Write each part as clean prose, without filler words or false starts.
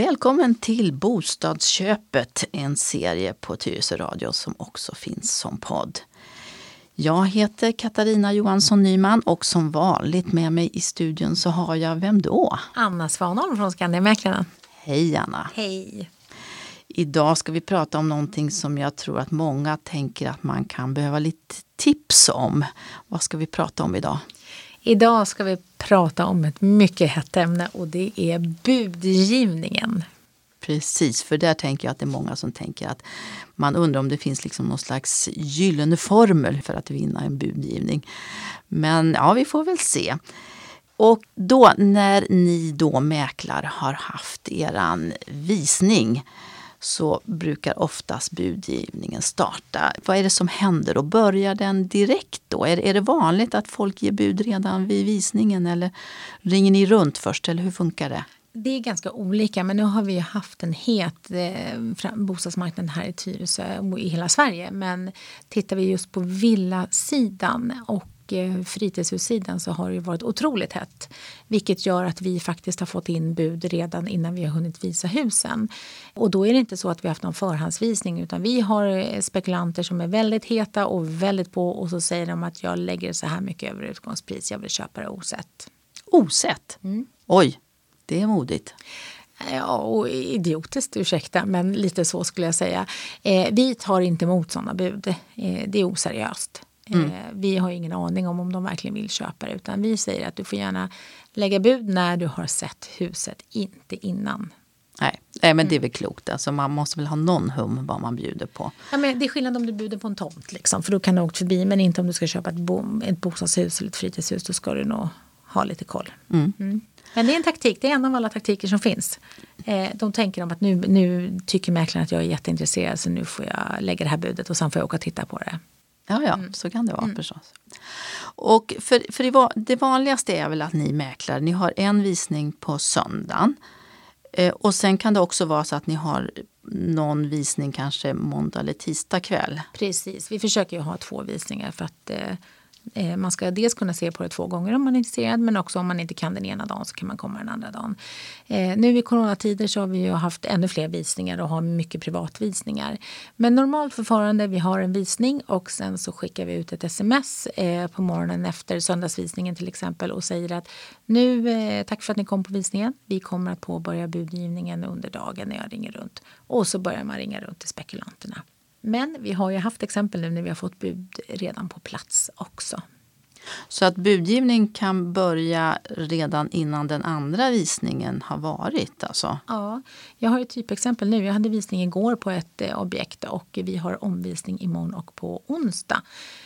Välkommen till Bostadsköpet, en serie på Tyresö Radio som också finns som podd. Jag heter Katarina Johansson Nyman och som vanligt med mig i studion så har jag, vem då? Anna Svanholm från Skandiamäklarna. Hej Anna. Hej. Idag ska vi prata om någonting som jag tror att många tänker att man kan behöva lite tips om. Vad ska vi prata om idag? Idag ska vi prata om ett mycket hett ämne och det är budgivningen. Precis, för där tänker jag att det är många som tänker att man undrar om det finns liksom någon slags gyllene formel för att vinna en budgivning. Men ja, vi får väl se. Och då när ni då mäklare har haft eran visning så brukar oftast budgivningen starta. Vad är det som händer? Och börjar den direkt då? Är det vanligt att folk ger bud redan vid visningen eller ringer ni runt först eller hur funkar det? Det är ganska olika, men nu har vi ju haft en het bostadsmarknad här i Tyresö och i hela Sverige. Men tittar vi just på villasidan och fritidshussidan så har det varit otroligt hett. Vilket gör att vi faktiskt har fått in bud redan innan vi har hunnit visa husen. Och då är det inte så att vi har haft någon förhandsvisning utan vi har spekulanter som är väldigt heta och väldigt på och så säger de att jag lägger så här mycket över utgångspris, jag vill köpa det osett. Osett? Oj, det är modigt. Ja, och idiotiskt, ursäkta, men lite så skulle jag säga. Vi tar inte emot sådana bud. Det är oseriöst. Vi har ingen aning om de verkligen vill köpa det utan vi säger att du får gärna lägga bud när du har sett huset, inte innan. Nej, men det är väl klokt. Alltså, man måste väl ha någon hum vad man bjuder på. Ja, men det är skillnad om du bjuder på en tomt liksom, för då kan du åka förbi, men inte om du ska köpa ett bostadshus eller ett fritidshus, då ska du nog ha lite koll. Men det är en taktik, det är en av alla taktiker som finns. De tänker om att nu tycker mäklaren att jag är jätteintresserad så nu får jag lägga det här budet och sen får jag åka och titta på det. Ja, så kan det vara förstås. Och för det vanligaste är väl att ni mäklare, ni har en visning på söndagen. Och sen kan det också vara så att ni har någon visning kanske måndag eller tisdag kväll. Precis, vi försöker ju ha 2 visningar för att man ska dels kunna se på det 2 gånger om man är intresserad, men också om man inte kan den ena dagen så kan man komma den andra dagen. Nu i coronatider så har vi ju haft ännu fler visningar och har mycket privatvisningar. Men normalt förfarande, vi har en visning och sen så skickar vi ut ett sms på morgonen efter söndagsvisningen till exempel och säger att nu, tack för att ni kom på visningen. Vi kommer att påbörja budgivningen under dagen när jag ringer runt. Och så börjar man ringa runt till spekulanterna. Men vi har ju haft exempel nu när vi har fått bud redan på plats också. Så att budgivning kan börja redan innan den andra visningen har varit alltså? Ja, jag har ett typexempel nu. Jag hade visning igår på ett objekt och vi har omvisning imorgon och på onsdag.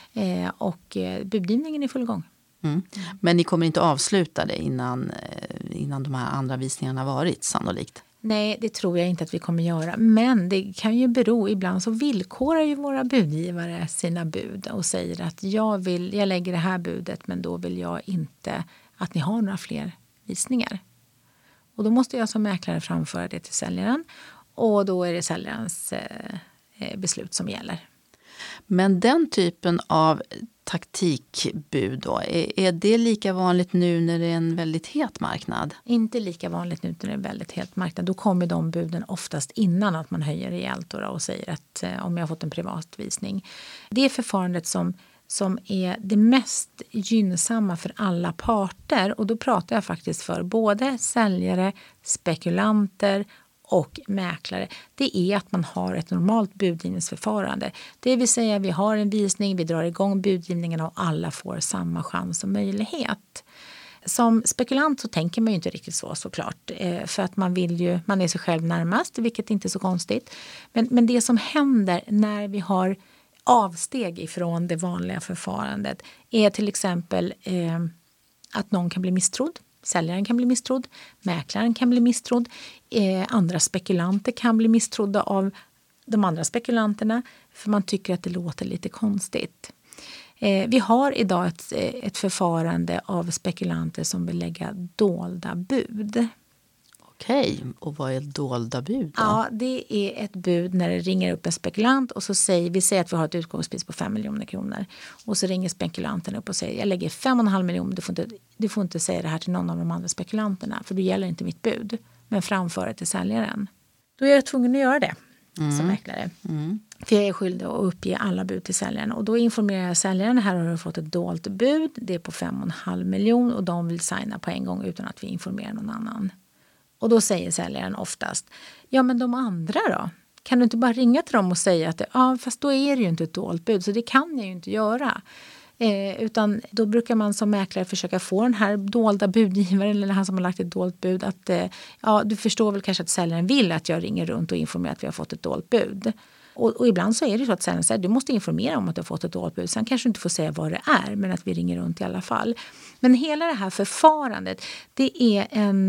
Och budgivningen är full gång. Men ni kommer inte avsluta det innan de här andra visningarna har varit sannolikt? Nej, det tror jag inte att vi kommer göra. Men det kan ju bero, ibland så villkorar ju våra budgivare sina bud och säger att jag lägger det här budet men då vill jag inte att ni har några fler visningar. Och då måste jag som mäklare framföra det till säljaren och då är det säljarens beslut som gäller. Men den typen av taktikbud då, är det lika vanligt nu när det är en väldigt het marknad? Inte lika vanligt nu när det är en väldigt het marknad. Då kommer de buden oftast innan att man höjer rejält och säger att om jag har fått en privatvisning. Det är förfarandet som är det mest gynnsamma för alla parter och då pratar jag faktiskt för både säljare, spekulanter och mäklare, det är att man har ett normalt budgivningsförfarande. Det vill säga vi har en visning, vi drar igång budgivningen och alla får samma chans och möjlighet. Som spekulant så tänker man ju inte riktigt såklart. För att man är sig själv närmast, vilket inte är så konstigt. Men det som händer när vi har avsteg ifrån det vanliga förfarandet är till exempel att någon kan bli misstrodd. Säljaren kan bli misstrodd, mäklaren kan bli misstrodd, andra spekulanter kan bli misstrodda av de andra spekulanterna för man tycker att det låter lite konstigt. Vi har idag ett förfarande av spekulanter som vill lägga dolda bud. Okej, och vad är dolda bud då? Ja, det är ett bud när det ringer upp en spekulant och så säger vi att vi har ett utgångspris på 5 miljoner kronor. Och så ringer spekulanten upp och säger jag lägger 5,5 miljoner, du får inte säga det här till någon av de andra spekulanterna för då gäller inte mitt bud. men framföra till säljaren. Då är jag tvungen att göra det som mäklare. För jag är skyldig att uppge alla bud till säljaren. Och då informerar jag säljaren, här har du fått ett dolt bud. Det är på 5,5 miljoner och de vill signa på en gång utan att vi informerar någon annan. Och då säger säljaren oftast, ja men de andra då? Kan du inte bara ringa till dem och säga att fast då är det ju inte ett dolt bud, så det kan jag ju inte göra. Utan då brukar man som mäklare försöka få den här dolda budgivaren eller han som har lagt ett dolt bud att du förstår väl kanske att säljaren vill att jag ringer runt och informerar att vi har fått ett dolt bud. Och ibland så är det så att säljaren säger du måste informera om att du har fått ett dolt bud. Sen kanske du inte får säga vad det är, men att vi ringer runt i alla fall. Men hela det här förfarandet, det är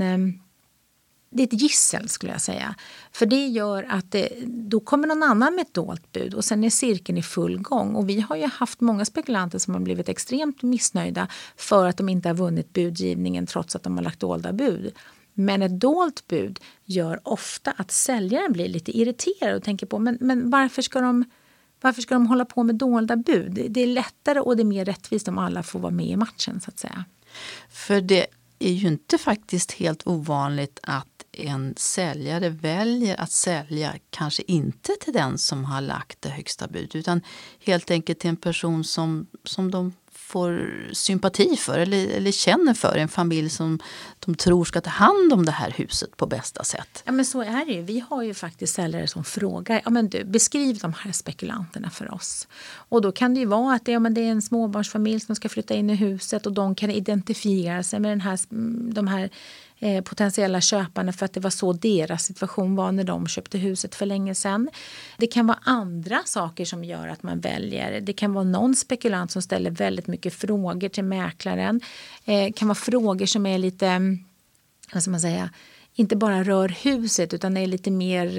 ett gissel skulle jag säga. För det gör att då kommer någon annan med ett dolt bud och sen är cirkeln i full gång. Och vi har ju haft många spekulanter som har blivit extremt missnöjda för att de inte har vunnit budgivningen trots att de har lagt dolda bud. Men ett dolt bud gör ofta att säljaren blir lite irriterad och tänker på men varför ska de hålla på med dolda bud? Det är lättare och det är mer rättvist om alla får vara med i matchen så att säga. För det är ju inte faktiskt helt ovanligt att en säljare väljer att sälja kanske inte till den som har lagt det högsta bud utan helt enkelt till en person som de får sympati för eller känner för, en familj som de tror ska ta hand om det här huset på bästa sätt. Ja men så är det ju. Vi har ju faktiskt säljare som frågar, ja men du, beskriv de här spekulanterna för oss. Och då kan det ju vara att det är en småbarnsfamilj som ska flytta in i huset och de kan identifiera sig med de här potentiella köparna för att det var så deras situation var när de köpte huset för länge sedan. Det kan vara andra saker som gör att man väljer. Det kan vara någon spekulant som ställer väldigt mycket frågor till mäklaren. Det kan vara frågor som är lite, vad ska man säga, inte bara rör huset utan är lite mer...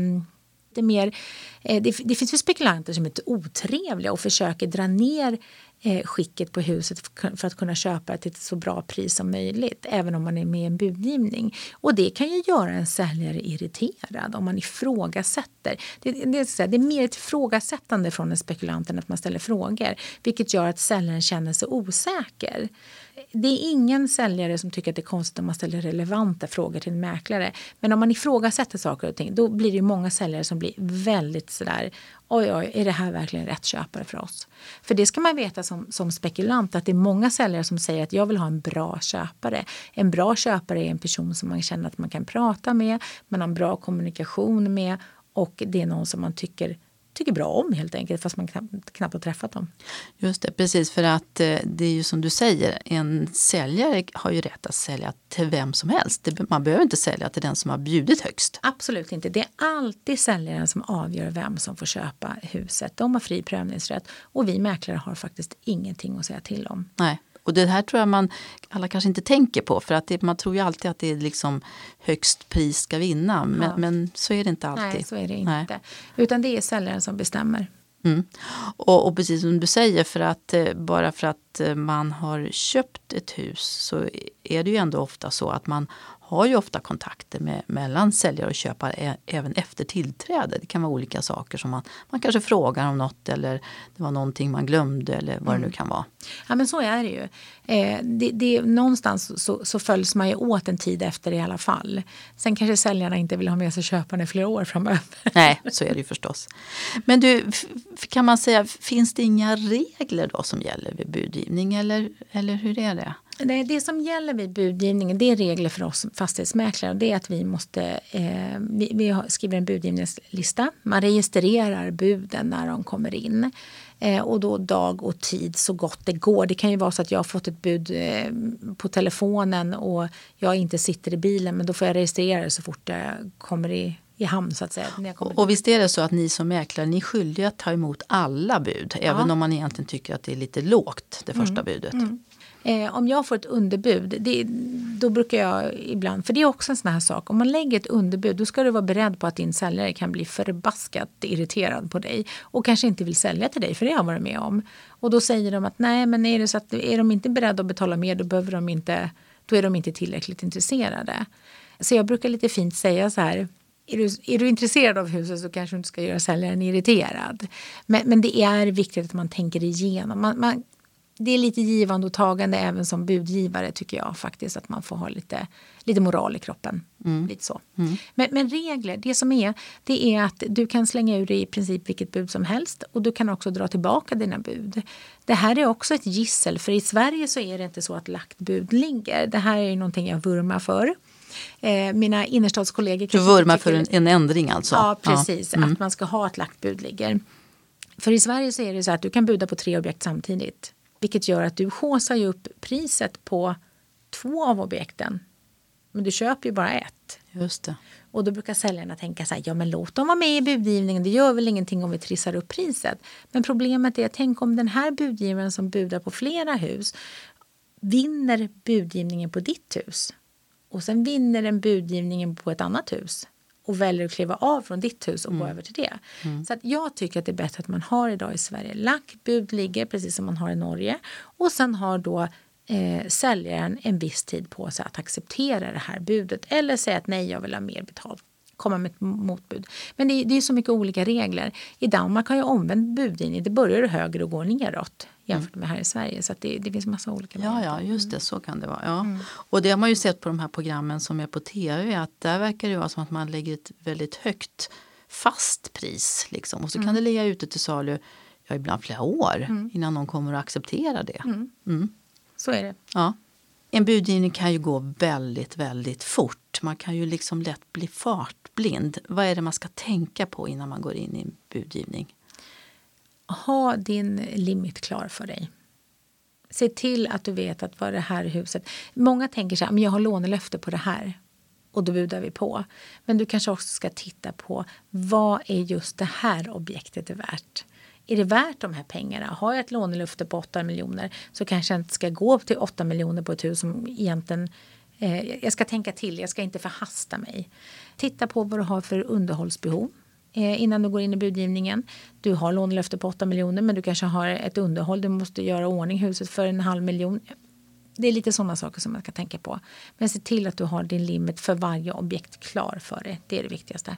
Det finns ju spekulanter som är lite otrevliga och försöker dra ner skicket på huset för att kunna köpa det till ett så bra pris som möjligt även om man är med i en budgivning. Och det kan ju göra en säljare irriterad om man ifrågasätter. Det är mer ett ifrågasättande från en spekulant än att man ställer frågor, vilket gör att säljaren känner sig osäker. Det är ingen säljare som tycker att det är konstigt om man ställer relevanta frågor till en mäklare. Men om man ifrågasätter saker och ting, då blir det många säljare som blir väldigt sådär, oj, är det här verkligen rätt köpare för oss? För det ska man veta som spekulant, att det är många säljare som säger att jag vill ha en bra köpare. En bra köpare är en person som man känner att man kan prata med, man har en bra kommunikation med och det är någon som man tycker bra om helt enkelt, fast man knappt har träffat dem. Just det, precis, för att det är ju som du säger, en säljare har ju rätt att sälja till vem som helst. Man behöver inte sälja till den som har bjudit högst. Absolut inte. Det är alltid säljaren som avgör vem som får köpa huset. De har fri prövningsrätt och vi mäklare har faktiskt ingenting att säga till om. Nej. Och det här tror jag alla kanske inte tänker på, för att man tror ju alltid att det är liksom högst pris ska vinna, men så är det inte alltid. Nej, så är det inte. Nej. Utan det är säljaren som bestämmer. Mm. Och precis som du säger, för att bara för att man har köpt ett hus så är det ju ändå ofta så att man har ju ofta kontakter mellan säljare och köpare även efter tillträde. Det kan vara olika saker som man kanske frågar om något eller det var någonting man glömde eller vad det nu kan vara. Ja men så är det ju. Någonstans så följs man ju åt en tid efter i alla fall. Sen kanske säljarna inte vill ha med sig köparna i flera år framöver. Nej, så är det ju förstås. Men du, kan man säga, finns det inga regler då som gäller vid budgivning eller hur är det? Det som gäller vid budgivningen, det är regler för oss fastighetsmäklare. Det är att vi måste, vi skriver en budgivningslista. Man registrerar buden när de kommer in. Och då dag och tid så gott det går. Det kan ju vara så att jag har fått ett bud på telefonen och jag inte sitter i bilen. Men då får jag registrera det så fort jag kommer i hamn så att säga. Och visst är det så att ni som mäklare, ni är skyldiga att ta emot alla bud. Även om man egentligen tycker att det är lite lågt, det första budet. Mm. Om jag får ett underbud, då brukar jag ibland, för det är också en sån här sak, om man lägger ett underbud då ska du vara beredd på att din säljare kan bli förbaskat irriterad på dig och kanske inte vill sälja till dig, för det har jag varit med om. Och då säger de att nej, men är det så att är de inte beredda att betala mer, då är de inte tillräckligt intresserade. Så jag brukar lite fint säga så här, är du intresserad av huset så kanske du inte ska göra säljaren irriterad. Men det är viktigt att man tänker igenom. det är lite givande och tagande även som budgivare tycker jag faktiskt. Att man får ha lite moral i kroppen. Lite så. Men regler, det är att du kan slänga ur i princip vilket bud som helst. Och du kan också dra tillbaka dina bud. Det här är också ett gissel. För i Sverige så är det inte så att lagt bud ligger. Det här är ju någonting jag vurmar för. Mina innerstadskollegor... Du vurmar för en ändring alltså? Ja, precis. Att man ska ha ett lagt bud ligger. För i Sverige så är det så att du kan buda på 3 objekt samtidigt. Vilket gör att du håsar ju upp priset på 2 av objekten. Men du köper ju bara 1. Just det. Och då brukar säljarna tänka så här, ja men låt dem vara med i budgivningen. Det gör väl ingenting om vi trissar upp priset. Men problemet är, tänk om den här budgivaren som budar på flera hus vinner budgivningen på ditt hus. Och sen vinner den budgivningen på ett annat hus. Och väljer att kliva av från ditt hus och gå över till det. Så att jag tycker att det är bättre att man har idag i Sverige. Lackbud ligger precis som man har i Norge. Och sen har då säljaren en viss tid på sig att acceptera det här budet. Eller säga att nej, jag vill ha mer betalt. Komma med ett motbud. Men det är så mycket olika regler. I Danmark har jag omvänt budgivning. Det börjar högre och går neråt jämfört med här i Sverige. Så att det finns massa olika varianter. Ja, just det. Så kan det vara. Ja. Och det har man ju sett på de här programmen som är på tv. Att där verkar det vara som att man lägger ett väldigt högt fast pris. Liksom. Och så kan det ligga ute till salu ibland flera år innan någon kommer att acceptera det. Så är det. Ja. En budgivning kan ju gå väldigt, väldigt fort. Man kan ju liksom lätt bli fartblind. Vad är det man ska tänka på innan man går in i en budgivning? Ha din limit klar för dig. Se till att du vet att vad det här huset... Många tänker så här, men jag har lånelöfte på det här. Och då budar vi på. Men du kanske också ska titta på vad är just det här objektet är värt. Är det värt de här pengarna? Har jag ett lånelöfte på 8 miljoner så kanske jag inte ska gå upp till 8 miljoner på ett hus som egentligen... jag ska tänka till, jag ska inte förhasta mig. Titta på vad du har för underhållsbehov innan du går in i budgivningen. Du har lånelöfte på 8 miljoner men du kanske har ett underhåll. Du måste göra ordning huset för 500 000. Det är lite sådana saker som man ska tänka på. Men se till att du har din limit för varje objekt klar för dig. Det är det viktigaste.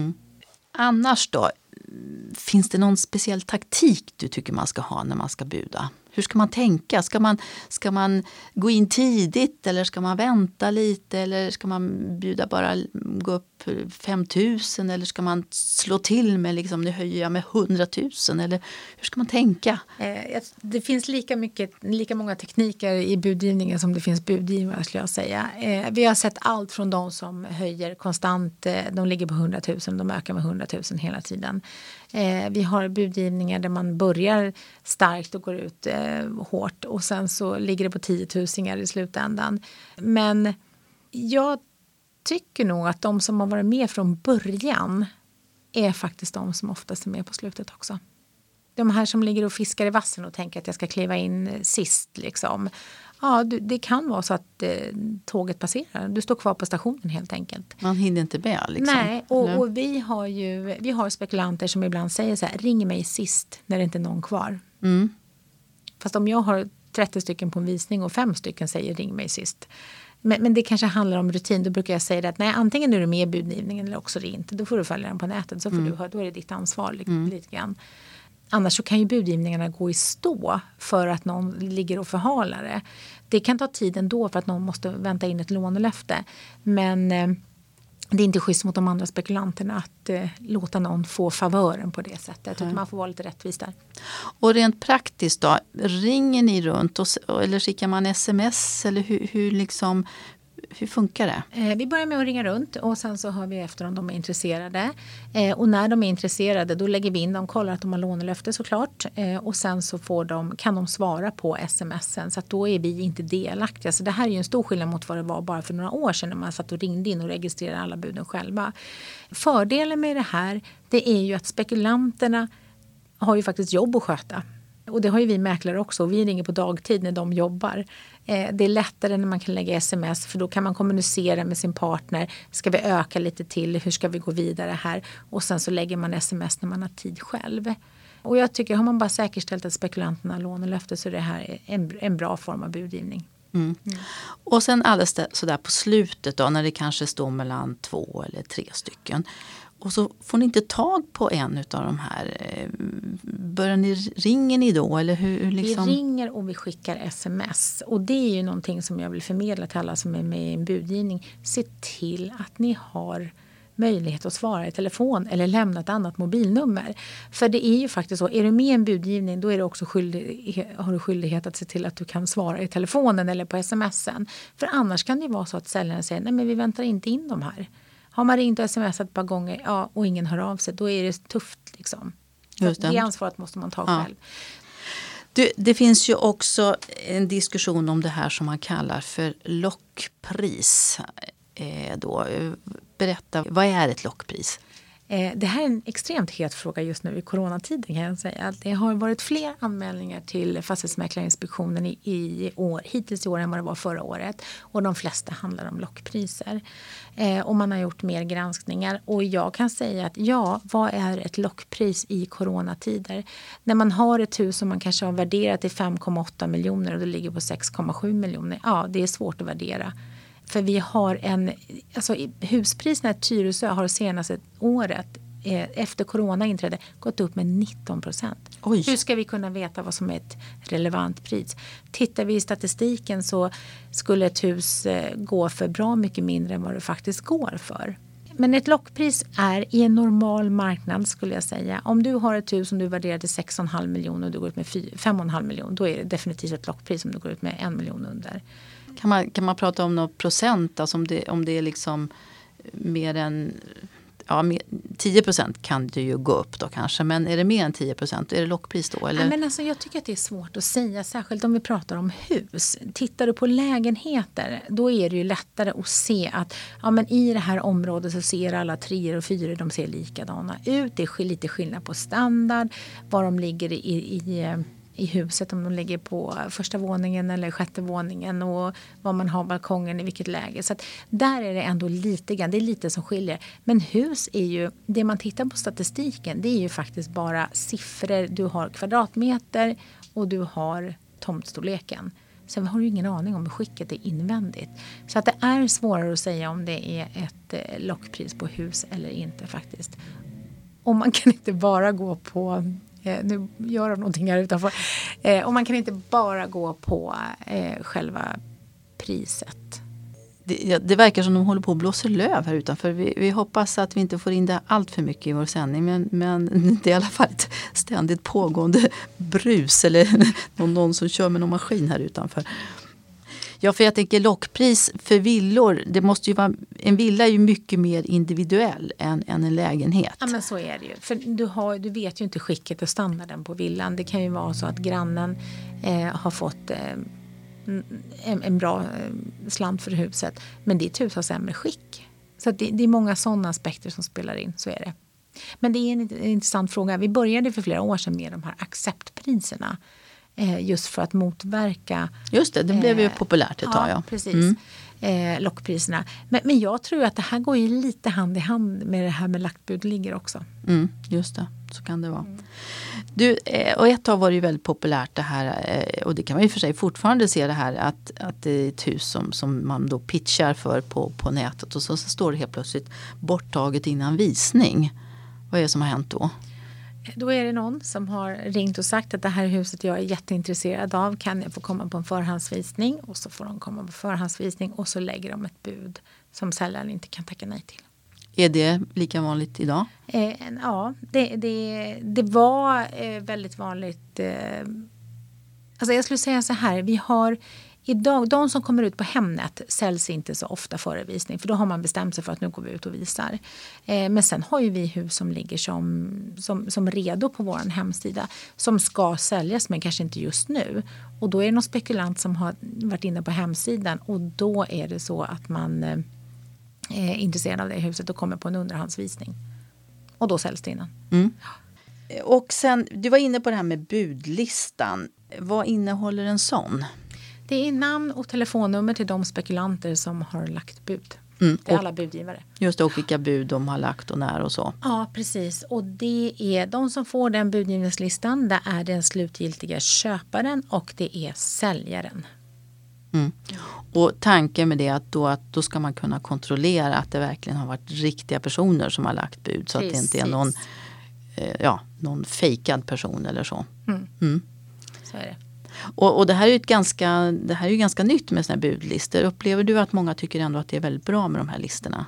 Annars då? Finns det någon speciell taktik du tycker man ska ha när man ska buda? Hur ska man tänka? Ska man gå in tidigt eller ska man vänta lite? Eller ska man bjuda bara gå upp 5 000? Eller ska man slå till med liksom, nu höjer jag med 100 000? Eller hur ska man tänka? Det finns lika många tekniker i budgivningen som det finns budgivare skulle jag säga. Vi har sett allt från de som höjer konstant. De ligger på 100 000. De ökar med 100 000 hela tiden. Vi har budgivningar där man börjar starkt och går ut hårt och sen så ligger det på 10 000 i slutändan. Men jag tycker nog att de som har varit med från början är faktiskt de som oftast är med på slutet också. De här som ligger och fiskar i vassen och tänker att jag ska kliva in sist liksom. Ja, det kan vara så att tåget passerar. Du står kvar på stationen helt enkelt. Man hinner inte med liksom. Nej, och vi har spekulanter som ibland säger så här, ring mig sist när det inte är någon kvar. Fast om jag har 30 stycken på en visning och 5 stycken säger ring mig sist. Men det kanske handlar om rutin. Då brukar jag säga att nej, antingen är du med i budgivningen eller också är det inte. Då får du följa den på nätet. Så får då är det ditt ansvar lite grann. Annars så kan ju budgivningarna gå i stå för att någon ligger och förhalar det. Det kan ta tid ändå för att någon måste vänta in ett lånelöfte. Men det är inte schysst mot de andra spekulanterna att låta någon få favören på det sättet. Utan man får vara lite rättvis där. Och rent praktiskt då, ringer ni runt eller skickar man sms eller hur funkar det? Vi börjar med att ringa runt och sen så hör vi efter om de är intresserade. Och när de är intresserade då lägger vi in dem, kollar att de har lånelöfte såklart. Och sen så kan de svara på smsen så att då är vi inte delaktiga. Så det här är ju en stor skillnad mot vad det var bara för några år sedan när man satt och ringde in och registrerade alla buden själva. Fördelen med det här det är ju att spekulanterna har ju faktiskt jobb att sköta. Och det har ju vi mäklare också. Vi ringer på dagtid när de jobbar. Det är lättare när man kan lägga sms för då kan man kommunicera med sin partner. Ska vi öka lite till? Hur ska vi gå vidare här? Och sen så lägger man sms när man har tid själv. Och jag tycker har man bara säkerställt att spekulanterna har lånelöfte så är det här en bra form av budgivning. Och sen alldeles sådär på slutet då när det kanske står mellan 2 eller 3 stycken. Och så får ni inte tag på en av de här. Ringer ni då? Eller hur liksom? Vi ringer och vi skickar sms. Och det är ju någonting som jag vill förmedla till alla som är med i en budgivning. Se till att ni har möjlighet att svara i telefon eller lämna ett annat mobilnummer. För det är ju faktiskt så, är du med i en budgivning då är du också har du skyldighet att se till att du kan svara i telefonen eller på smsen. För annars kan det ju vara så att säljaren säger nej men vi väntar inte in de här. Har man ringt och smsat ett par gånger och ingen hör av sig, då är det tufft liksom. Just det. Det ansvaret måste man ta själv. Det finns ju också en diskussion om det här som man kallar för lockpris. Berätta, vad är ett lockpris? Det här är en extremt het fråga just nu i coronatiden kan jag säga. Det har varit fler anmälningar till Fastighetsmäklarinspektionen i år, hittills i år än vad det var förra året. Och de flesta handlar om lockpriser. Och man har gjort mer granskningar. Och jag kan säga att vad är ett lockpris i coronatider? När man har ett hus som man kanske har värderat till 5,8 miljoner och det ligger på 6,7 miljoner. Ja, det är svårt att värdera. För vi har huspriserna i Tyresö har senaste året efter corona inträdde gått upp med 19%. Oj. Hur ska vi kunna veta vad som är ett relevant pris? Tittar vi i statistiken så skulle ett hus gå för bra mycket mindre än vad det faktiskt går för. Men ett lockpris är i en normal marknad skulle jag säga. Om du har ett hus som du värderar till 6,5 miljoner och du går ut med 5,5 miljoner, då är det definitivt ett lockpris om du går ut med 1 miljon under. Kan man prata om något procent? Alltså om det är liksom mer än 10% kan det ju gå upp då kanske. Men är det mer än 10%? Är det lockpris då? Eller? Ja, men alltså, jag tycker att det är svårt att säga. Särskilt om vi pratar om hus. Tittar du på lägenheter. Då är det ju lättare att se att men i det här området så ser alla 3 och 4 de ser likadana ut. Det är lite skillnad på standard. Var de ligger i huset, om de ligger på första våningen eller sjätte våningen och var man har balkongen i vilket läge. Så att där är det ändå lite grann, det är lite som skiljer. Men hus är ju, det man tittar på statistiken, det är ju faktiskt bara siffror. Du har kvadratmeter och du har tomtstorleken. Sen har du ingen aning om hur skicket är invändigt. Så att det är svårare att säga om det är ett lockpris på hus eller inte faktiskt. Och man kan inte bara gå på nu gör de någonting här utanför. Och man kan inte bara gå på själva priset. Det verkar som de håller på att blåsa löv här utanför. Vi hoppas att vi inte får in det allt för mycket i vår sändning. Men det är i alla fall ett ständigt pågående brus. Eller någon som kör med någon maskin här utanför. Ja, för jag tänker lockpris för villor, det måste ju vara, en villa är ju mycket mer individuell än en lägenhet. Ja, men så är det ju. För du vet ju inte skicket och standarden på villan. Det kan ju vara så att grannen har fått en bra slant för huset. Men ditt hus har sämre skick. Så att det är många sådana aspekter som spelar in, så är det. Men det är en intressant fråga. Vi började för flera år sedan med de här acceptpriserna. Just för att motverka... Just det blev ju populärt ett tag. Ja, precis. Lockpriserna. Men jag tror att det här går ju lite hand i hand med det här med lagt bud ligger också. Just det, så kan det vara. Du, och ett tag var det ju väldigt populärt det här, och det kan man ju för sig fortfarande se det här, att det är ett hus som man då pitchar för på nätet och så står det helt plötsligt borttaget innan visning. Vad är det som har hänt då? Då är det någon som har ringt och sagt att det här huset jag är jätteintresserad av, kan jag få komma på en förhandsvisning? Och så får de komma på förhandsvisning och så lägger de ett bud som säljaren inte kan tacka nej till. Är det lika vanligt idag? Ja, det var väldigt vanligt. Alltså jag skulle säga så här, vi har idag, de som kommer ut på Hemnet säljs inte så ofta före visning. För då har man bestämt sig för att nu går vi ut och visar. Men sen har ju vi hus som ligger som redo på vår hemsida. Som ska säljas men kanske inte just nu. Och då är det någon spekulant som har varit inne på hemsidan. Och då är det så att man är intresserad av det huset och kommer på en underhandsvisning. Och då säljs det innan. Och sen, du var inne på det här med budlistan. Vad innehåller en sån? Det är namn och telefonnummer till de spekulanter som har lagt bud. Det är alla budgivare. Just det, och vilka bud de har lagt och när och så. Ja, precis. Och det är de som får den budgivningslistan. Det är den slutgiltiga köparen och det är säljaren. Och tanken med det är att då ska man kunna kontrollera att det verkligen har varit riktiga personer som har lagt bud. Så Precis. att det inte är någon fejkad person eller så. Så är det. Och det här är ju ganska nytt med såna här budlistor. Upplever du att många tycker ändå att det är väldigt bra med de här listorna?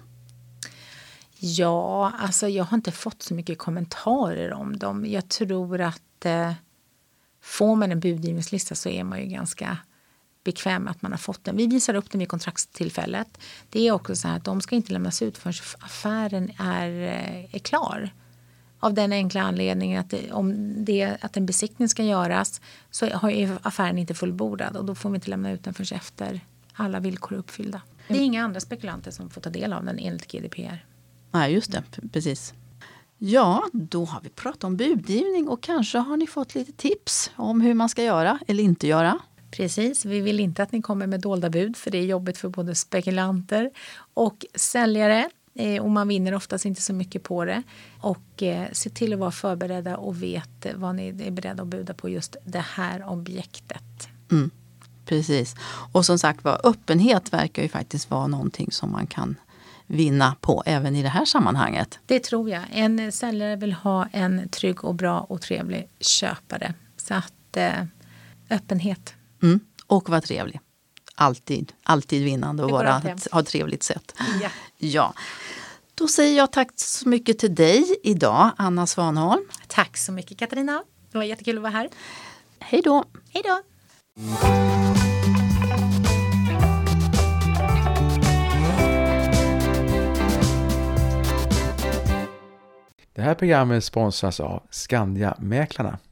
Ja, alltså jag har inte fått så mycket kommentarer om dem. Jag tror att får man en budgivningslista så är man ju ganska bekväm att man har fått den. Vi visar upp den vid kontraktstillfället. Det är också så här att de ska inte lämnas ut förrän affären är klar. Av den enkla anledningen att en besiktning ska göras så är affären inte fullbordad och då får vi inte lämna ut den förrän efter alla villkor är uppfyllda. Det är inga andra spekulanter som får ta del av den enligt GDPR. Nej, just det. Precis. Ja, då har vi pratat om budgivning och kanske har ni fått lite tips om hur man ska göra eller inte göra. Precis, vi vill inte att ni kommer med dolda bud för det är jobbigt för både spekulanter och säljare. Och man vinner oftast inte så mycket på det. Och se till att vara förberedda och vet vad ni är beredda att buda på just det här objektet. Precis. Och som sagt öppenhet verkar ju faktiskt vara någonting som man kan vinna på även i det här sammanhanget. Det tror jag. En säljare vill ha en trygg och bra och trevlig köpare. Så att öppenhet. Och vara trevlig. Alltid vinnande och ha ett trevligt sätt. Ja. Då säger jag tack så mycket till dig idag, Anna Svanholm. Tack så mycket, Katarina. Det var jättekul att vara här. Hej då. Hej då. Det här programmet sponsras av Skandia Mäklarna.